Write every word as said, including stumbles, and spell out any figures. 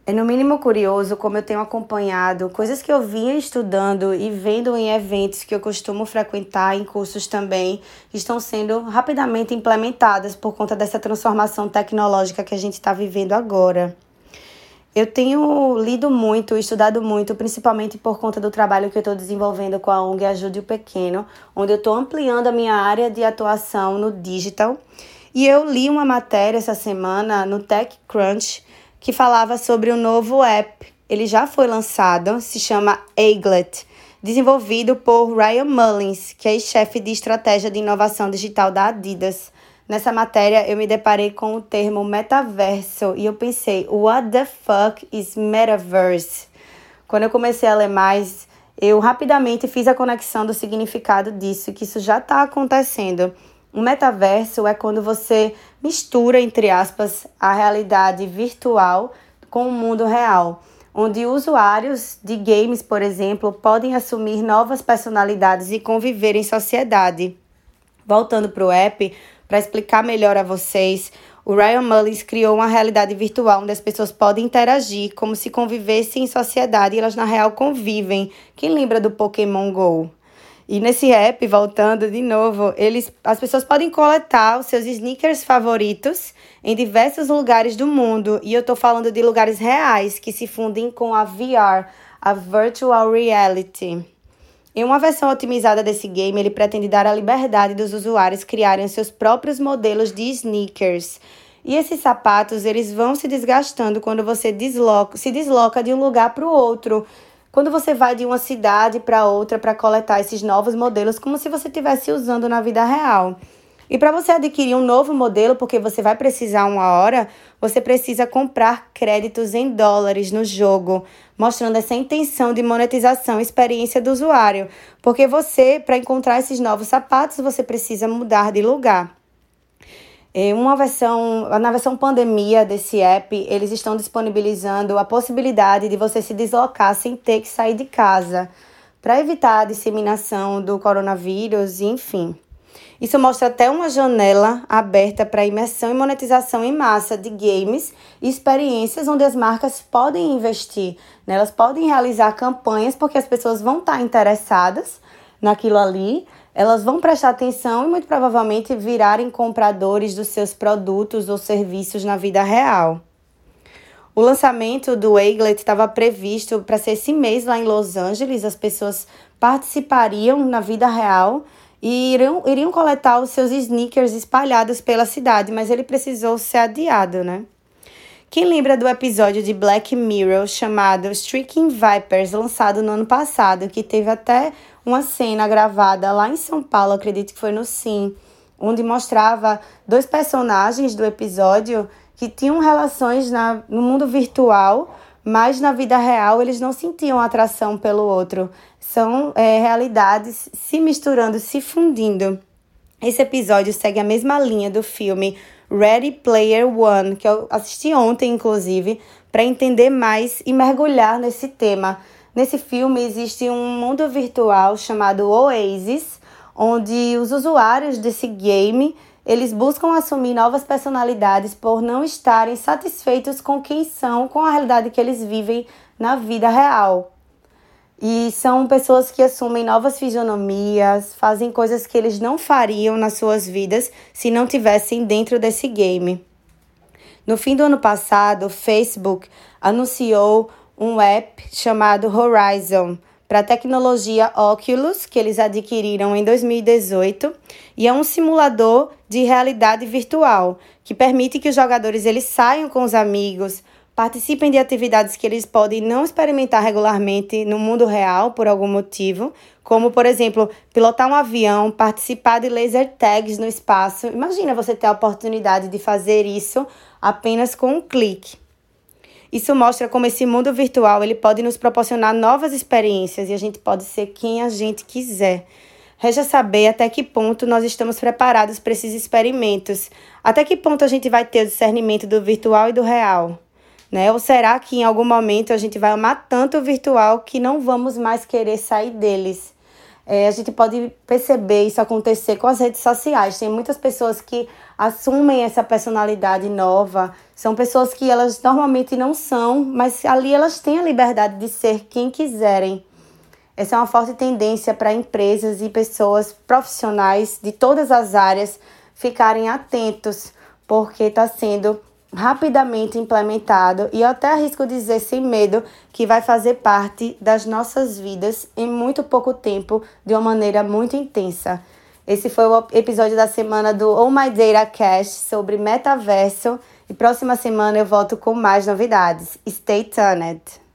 É no mínimo curioso como eu tenho acompanhado coisas que eu vinha estudando e vendo em eventos que eu costumo frequentar, em cursos também, que estão sendo rapidamente implementadas por conta dessa transformação tecnológica que a gente está vivendo agora. Eu tenho lido muito, estudado muito, principalmente por conta do trabalho que eu estou desenvolvendo com a O N G Ajude o Pequeno, onde eu estou ampliando a minha área de atuação no digital. E eu li uma matéria essa semana no TechCrunch que falava sobre um novo app. Ele já foi lançado, se chama Egglet, desenvolvido por Ryan Mullins, que é chefe de estratégia de inovação digital da Adidas. Nessa matéria, eu me deparei com o termo metaverso e eu pensei, what the fuck is metaverse? Quando eu comecei a ler mais, eu rapidamente fiz a conexão do significado disso, que isso já está acontecendo. O metaverso é quando você mistura, entre aspas, a realidade virtual com o mundo real, onde usuários de games, por exemplo, podem assumir novas personalidades e conviver em sociedade. Voltando para o app, para explicar melhor a vocês, o Ryan Mullins criou uma realidade virtual onde as pessoas podem interagir como se convivessem em sociedade e elas na real convivem. Quem lembra do Pokémon Go? E nesse app, voltando de novo, eles, as pessoas podem coletar os seus sneakers favoritos em diversos lugares do mundo. E eu estou falando de lugares reais que se fundem com a V R, a Virtual Reality. Em uma versão otimizada desse game, ele pretende dar a liberdade dos usuários criarem seus próprios modelos de sneakers. E esses sapatos, eles vão se desgastando quando você desloca, se desloca de um lugar para o outro. Quando você vai de uma cidade para outra para coletar esses novos modelos, como se você estivesse usando na vida real. E para você adquirir um novo modelo, porque você vai precisar uma hora, você precisa comprar créditos em dólares no jogo, mostrando essa intenção de monetização e experiência do usuário. Porque você, para encontrar esses novos sapatos, você precisa mudar de lugar. Uma versão, na versão pandemia desse app, eles estão disponibilizando a possibilidade de você se deslocar sem ter que sair de casa, para evitar a disseminação do coronavírus, enfim. Isso mostra até uma janela aberta para imersão e monetização em massa de games e experiências onde as marcas podem investir, né? Elas podem realizar campanhas porque as pessoas vão estar interessadas naquilo ali, elas vão prestar atenção e muito provavelmente virarem compradores dos seus produtos ou serviços na vida real. O lançamento do Egglet estava previsto para ser esse mês lá em Los Angeles. As pessoas participariam na vida real e iriam, iriam coletar os seus sneakers espalhados pela cidade, mas ele precisou ser adiado, né? Quem lembra do episódio de Black Mirror chamado Striking Vipers, lançado no ano passado, que teve até uma cena gravada lá em São Paulo, acredito que foi no Sim, onde mostrava dois personagens do episódio que tinham relações na, no mundo virtual, mas na vida real eles não sentiam atração pelo outro. São é, realidades se misturando, se fundindo. Esse episódio segue a mesma linha do filme Ready Player One, que eu assisti ontem, inclusive, para entender mais e mergulhar nesse tema. Nesse filme existe um mundo virtual chamado Oasis, onde os usuários desse game, eles buscam assumir novas personalidades por não estarem satisfeitos com quem são, com a realidade que eles vivem na vida real. E são pessoas que assumem novas fisionomias, fazem coisas que eles não fariam nas suas vidas se não tivessem dentro desse game. No fim do ano passado, o Facebook anunciou um app chamado Horizon para a tecnologia Oculus, que eles adquiriram em dois mil e dezoito, e é um simulador de realidade virtual que permite que os jogadores eles saiam com os amigos, participem de atividades que eles podem não experimentar regularmente no mundo real por algum motivo, como, por exemplo, pilotar um avião, participar de laser tags no espaço. Imagina você ter a oportunidade de fazer isso apenas com um clique. Isso mostra como esse mundo virtual ele pode nos proporcionar novas experiências e a gente pode ser quem a gente quiser. Resta saber até que ponto nós estamos preparados para esses experimentos. Até que ponto a gente vai ter o discernimento do virtual e do real. Né? Ou será que em algum momento a gente vai amar tanto o virtual que não vamos mais querer sair deles? É, a gente pode perceber isso acontecer com as redes sociais. Tem muitas pessoas que assumem essa personalidade nova. São pessoas que elas normalmente não são, mas ali elas têm a liberdade de ser quem quiserem. Essa é uma forte tendência para empresas e pessoas profissionais de todas as áreas ficarem atentos, porque está sendo rapidamente implementado e eu até arrisco dizer sem medo que vai fazer parte das nossas vidas em muito pouco tempo, de uma maneira muito intensa. Esse foi o episódio da semana do Oh My Data Cast sobre metaverso e próxima semana eu volto com mais novidades. Stay tuned!